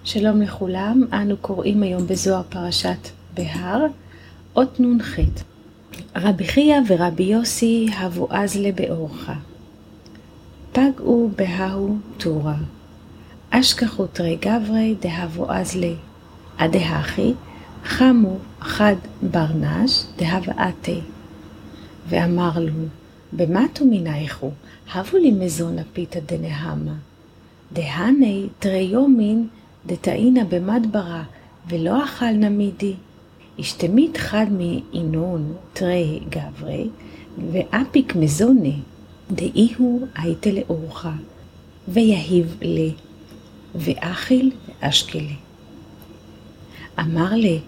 שלום לכולם, אנו קוראים היום בזוהר פרשת בהר, אות נ"ח. רבי חייא ורבי יוסי הבו אזלה באורחה. פגעו בההו תורה. אשכחו תרי גברי דהבו אזלה. הדהכי חמו חד ברנש דהבאתי. ואמר לו, במתו מנייכו, הבו לי מזון הפיתה דנהמה. דהני תרי יומין דתאינה במדברה ולא אכלנה מידי. השתמית חד מעינון תרי גברי ואפיק מזונה דאיהו הייתה לאורחה ויהיב לי ואכיל ואשקלי. אמר לי,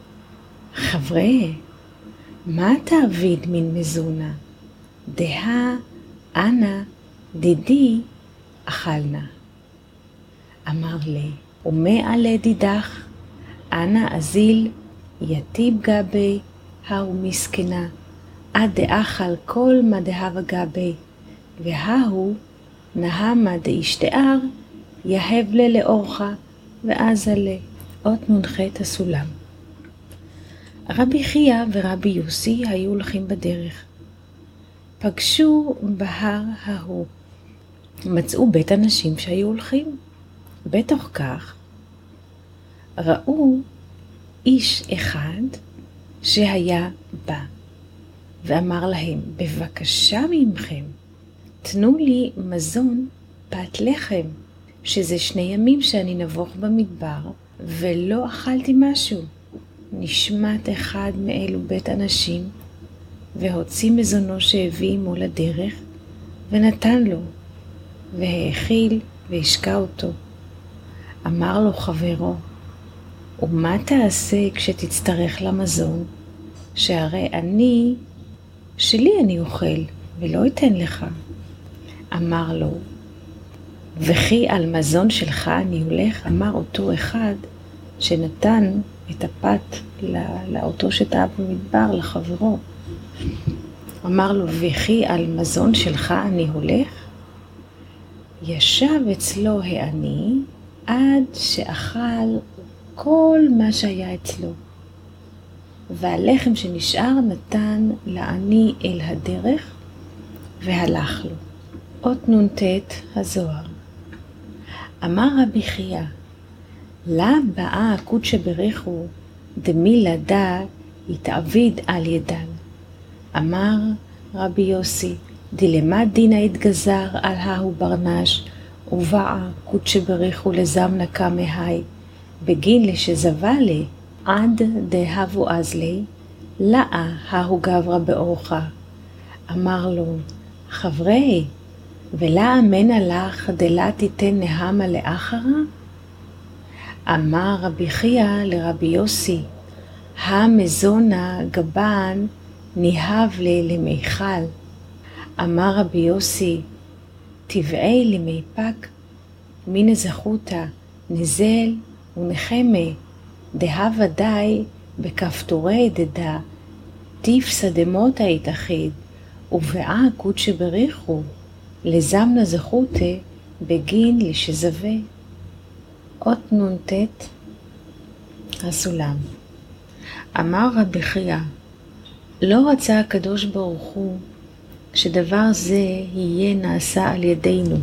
חברי, מה תעביד מן מזונה? דהה אנא דידי אכלנה. אמר לי, ומה עלי דידך? אנא אזיל יתיב גבי ההוא מסכנה, עד דאכל כל מה דהבה גבי, וההוא נהמה דאשתאר יהב לי לאורחה ועזה לי. אות נ"ח הסולם. רבי חייא ורבי יוסי היו הולכים בדרך. פגשו בהר ההוא. מצאו בית אנשים שהיו הולכים. בתוך כך ראו איש אחד שהיה בא ואמר להם, בבקשה ממכם, תנו לי מזון פת לחם, שזה 2 ימים שאני נבוך במדבר ולא אכלתי משהו. נשמט אחד מאלו בית אנשים והוציא מזונו שהביא עמו לדרך ונתן לו והאכיל והשקע אותו. אמר לו חברו, ומה תעשה כשתצטרך למזון? שהרי שלי אני אוכל ולא אתן לך. אמר לו, וכי על מזון שלך אני הולך? אמר אותו אחד שנתן את הפת לאותו שטעה במדבר לחברו. אמר לו, וכי על מזון שלך אני הולך? ישב אצלו העני עד שאכל כל מה שהיה אצלו, והלחם שנשאר נתן לעני אל הדרך והלך לו. אות נ"ט הזוהר. אמר רבי חייא, לה באה הקודשא בריחו דמילה דא יתעביד על ידן. אמר רבי יוסי, דילמה דינא התגזר על ההוא ברנש, ובאה קודשא בריחו לזמנה קמהי, בגין לשזבה לי, עד דהבו אזלי, לאה ההוא גברא באורחה. אמר לו, חברי, ולה אמנה לך דלה תיתן נהמה לאחרה? אמר רבי חייא לרבי יוסי, המזונה גבן ניהב לי למיכל. אמר רבי יוסי, טבעי למי פק, מן זכותה נזל ונחמה, דהבה די בכפתורי דדה, תפסא דמותא יתאחיד, ובאה קודשא בריחו, לזמנה זכותה בגין לשזווה. אות נ"ט הסולם. אמר רבי חייא, לא רצה הקדוש ברוך הוא שדבר זה יהיה נעשה על ידינו.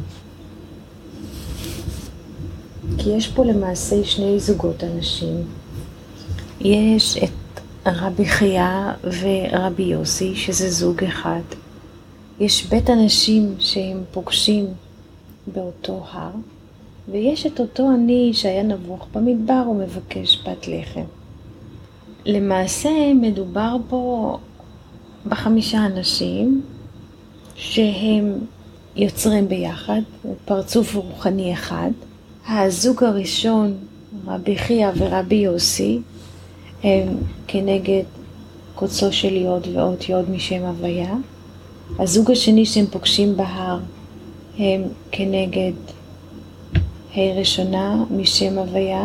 כי יש פה למעשה 2 זוגות אנשים. יש את רבי חייא ורבי יוסי, שזה זוג אחד. יש בית אנשים שהם פוגשים באותו הר, ויש את אותו עני שהיה נבוך במדבר ומבקש פת לחם. למעשה מדובר פה ב5 אנשים שהם יוצרים ביחד, פרצוף רוחני אחד. הזוג הראשון, רבי חייא ורבי יוסי, הם כנגד קוצו של יוד ואות יוד משם הוויה. הזוג השני שהם פוגשים בהר, הם כנגד ה' ראשונה משם הוויה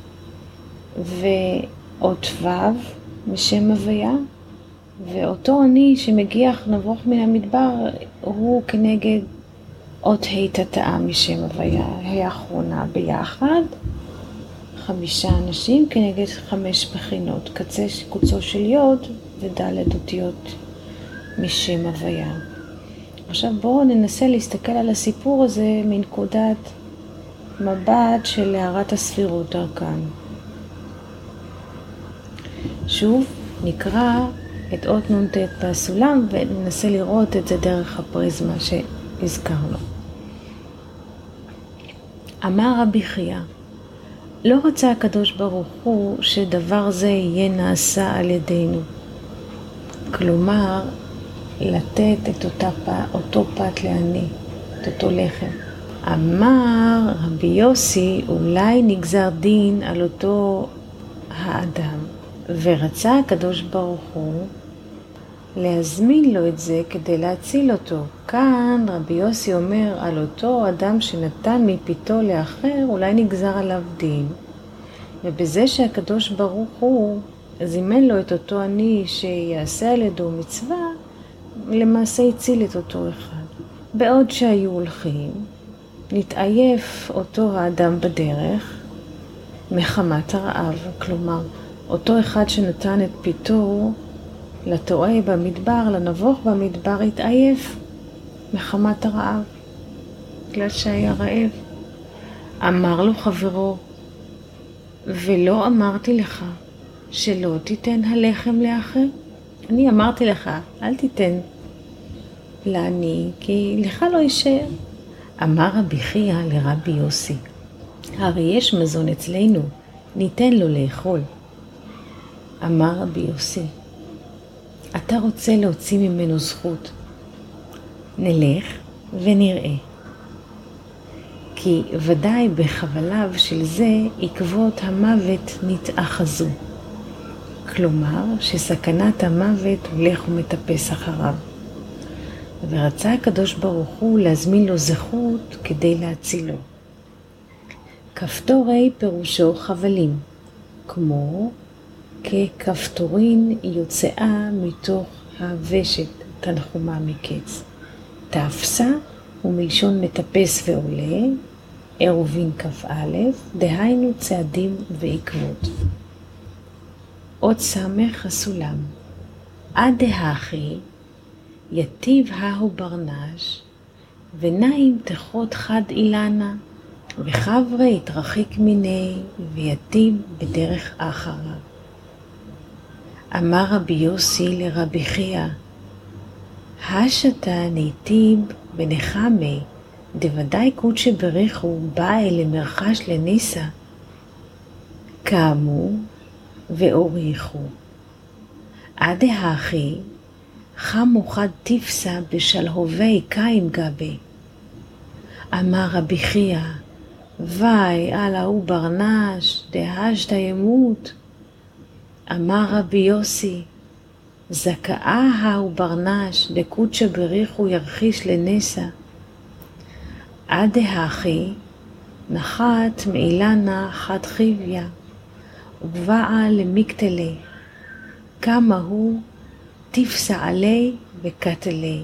ואות ו' משם הוויה. ואותו עני שמגיח נבוך מן המדבר הוא כנגד אות ה' תתאה משם הוויה, ה' האחרונה ביחד. 5 אנשים כנגד 5 בחינות, קוצו של יוד וד' אותיות משם הוויה. עכשיו בואו ננסה להסתכל על הסיפור הזה מנקודת מבט של הערת הספירות דרכן. שוב נקרא את אות נ"ט בסולם וננסה לראות את זה דרך הפריזמה שהזכרנו. אמר רבי חייא, לא רצה הקדוש ברוך הוא שדבר זה יהיה נעשה על ידינו. כלומר, לתת את אותו פת לעני, את אותו לחם. אמר רבי יוסי, אולי נגזר דין על אותו האדם, ורצה הקדוש ברוך הוא להזמין לו את זה כדי להציל אותו. כאן רבי יוסי אומר על אותו אדם שנתן מפיתו לאחר, אולי נגזר עליו דין. ובזה שהקדוש ברוך הוא זימן לו את אותו עני שיעשה על ידו מצווה, למעשה הציל את אותו אחד. בעוד שהיו הולכים, נתעייף אותו האדם בדרך מחמת הרעב. כלומר, אותו אחד שנתן את פיתו לטועה במדבר, לנבוך במדבר, התעייף מחמת הרעב, בגלל שהיה רעב. אמר לו חברו, ולא אמרתי לך שלא תיתן הלחם לאחר? אני אמרתי לך, אל תיתן לעני, כי לך לא יישאר. אמר רבי חייא לרבי יוסי, הרי יש מזון אצלנו, ניתן לו לאכול. אמר רבי יוסי, אתה רוצה להוציא ממנו זכות, נלך ונראה. כי ודאי בחבליו של זה עקבות המוות נתאחזו. כלומר שסכנת המוות הולך ומטפס אחריו. ורצה הקדוש ברוך הוא להזמין לו זכות כדי להצילו. כפתורי פירושו חבלים, כמו ככפתורין יוצאה מתוך הוושת תנחומה מקץ. תפסה הוא מלשון מטפס ועולה, עירובין כ"א, דהיינו צעדים ועקבות. עוד סמך הסולם. עד דהכי יטיב ההוא ברנש, ונעים תחות חד אילנה, וחברי יתרחיק מיני, ויטיב בדרך אחריו. אמר רבי יוסי לרבי חייא, השתה ניטיב בנחמי, דוודאי קודשא בריחו באי למרחש לניסה, קמו ואוריחו. עד דהכי חמו חד תפסה בשלהובי קיים גבי. אמר רבי חייא, וי על ההוא ברנש דהשת ימות. אמר רבי יוסי, זכאה ההוא ברנש דקודשא בריחו ירחיש לנסה. עד דהכי נחת מאילנה חד חיביה ובאה למקטלי, כמה הוא תפסה עלי וקטלי.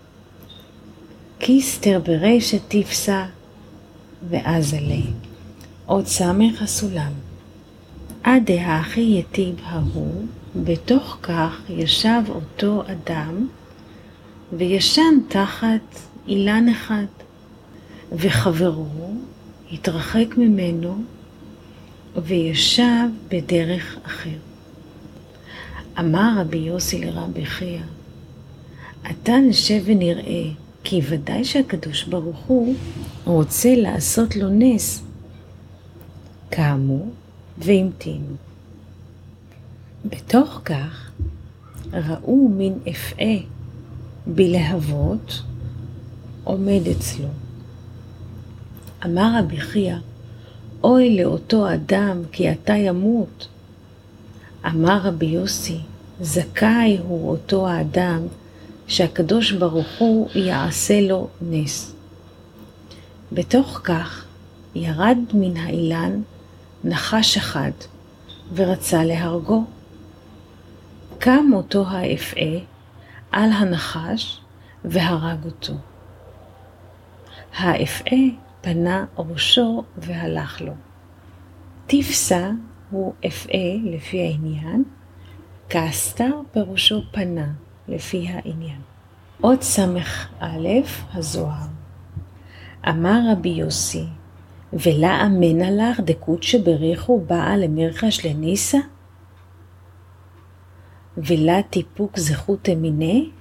כיסתר ברשת תפסה ואז עלי. עוד סמך הסולם. עד דהכי יטיב ההוא, בתוך כך ישב אותו אדם וישן תחת אילן אחד, וחברו התרחק ממנו וישב בדרך אחר. אמר רבי יוסי לרבי חייא, אתה נשב ונראה, כי ודאי שהקדוש ברוך הוא רוצה לעשות לו נס. קמו והמתינו. בתוך כך ראו מין אפעה בלהבות עומד אצלו. אמר רבי חייא, אוי לאותו אדם כי אתה ימות. אמר רבי יוסי, זכאי הוא אותו האדם שהקדוש ברוך הוא יעשה לו נס. בתוך כך ירד מן האילן נחש אחד ורצה להרגו. קם אותו האפעה על הנחש והרג אותו. האפעה פנה ראשו והלך לו. תפסה הוא אפעה לפי העניין, כסתר פירושו פנה לפי העניין. עוד סמך א' הזוהר. אמר רבי יוסי, ולה אמנה לך דקות שבריחו באה למרחש לניסה? ולה טיפוק זכות אמיני?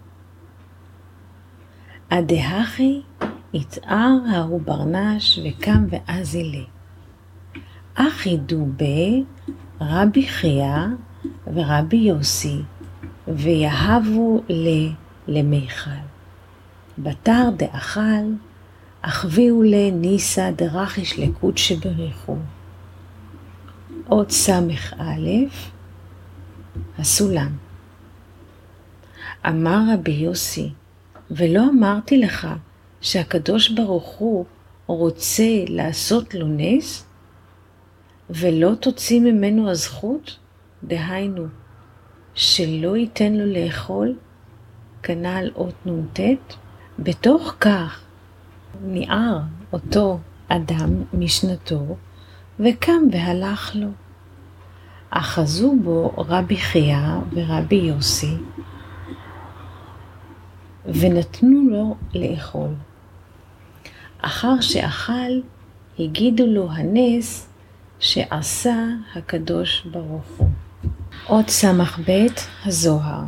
הדהכי יתאר ההוא ברנש וקם ואז אלה. אך ידעו רבי חייא ורבי יוסי ויהבו למיכל. בתר דאכל אחביאו לניסה דרחיש לקוד שבריחו. עוד סמך א' הסולם. אמר רבי יוסי, ולא אמרתי לך שהקדוש ברוך הוא רוצה לעשות לו נס, ולא תוציא ממנו הזכות, דהיינו, שלא ייתן לו לאכול, כנ"ל אות נ"ט, בתוך כך ניער אותו אדם משנתו, וקם והלך לו. אחזו בו רבי חייא ורבי יוסי, ונתנו לו לאכול. אחר שאכל, הגידו לו הנס שעשה הקדוש ברוך הוא. עוד סמך ב' הזוהר.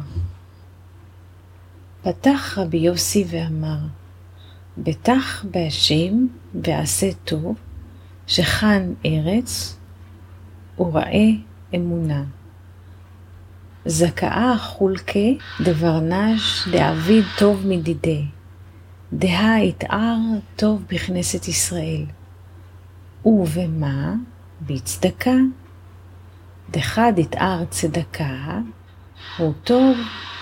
פתח רבי יוסי ואמר, בטח בהשם ועשה טוב, שכאן ארץ וראה אמונה. זכאה חולקה דברנש דעביד טוב מדידי, דה יתאר טוב בכנסת ישראל. ובמה? בצדקה. דחד יתאר צדקה, הוא טוב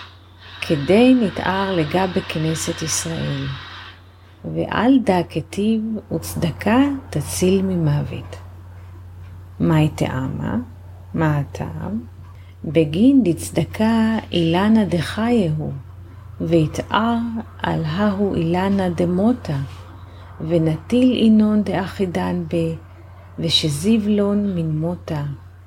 כדי נתאר לגבי כנסת ישראל. ועל דא כתיב וצדקה תציל ממוות. מה טעמה? מה הטעם? בגין דצדקה אילנה דחייהו, ויתאר על ההוא אילנה דמותה, ונטיל אינון דאחידן ב, ושזיבלון מן מותה.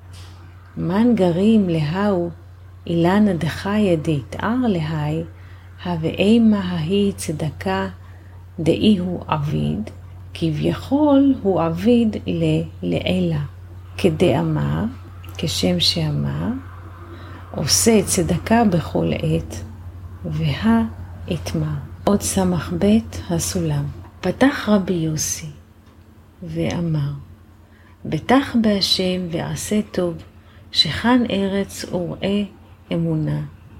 מן גרים להוא אילנה דחיה דתאר להי, הווימה ההיא צדקה דאי הוא עביד, כביכול הוא עביד לאלה, כדאמר, כשם שאמר, עושה צדקה בכל עת, והאתמה. עוד סמך ב' הסולם. פתח רבי יוסי ואמר, בטח בהשם ועשה טוב, שכאן ארץ וראה אמונה.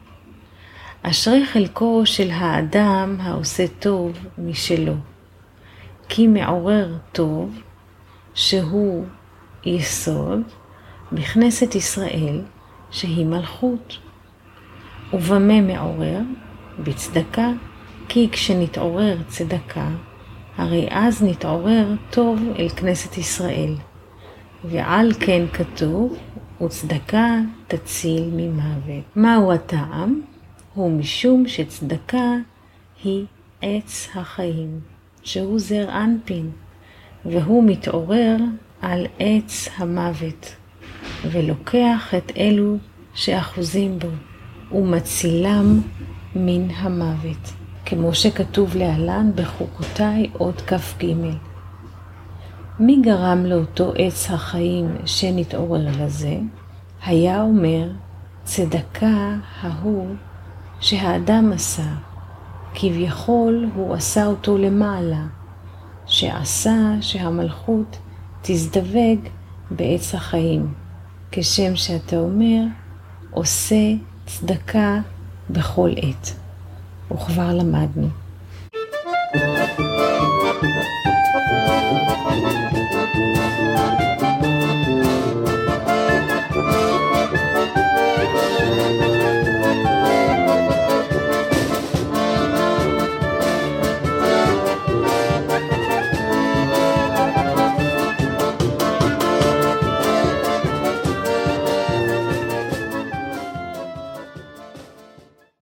אשרי חלקו של האדם העושה טוב משלו, כי מעורר טוב, שהוא יסוד, בכנסת ישראל, שהיא מלכות. ובמה מעורר? בצדקה, כי כשנתעורר צדקה, הרי אז נתעורר טוב אל כנסת ישראל. ועל כן כתוב, וצדקה תציל ממוות. מהו הטעם? הוא משום שצדקה היא עץ החיים, שהוא זר אנפין, והוא מתעורר על עץ המוות, ולוקח את אלו שאחוזים בו, ומצילם מן המוות, כמו שכתוב להלן בחוקותיי עוד כ"ג. מי גרם לאותו עץ החיים שנתעורר לזה? היה אומר, צדקה ההוא שהאדם עשה, כביכול הוא עשה אותו למעלה, שעשה שהמלכות תזדווג בעץ החיים, כשם שאתה אומר, עושה צדקה בכל עת. וכבר למדנו.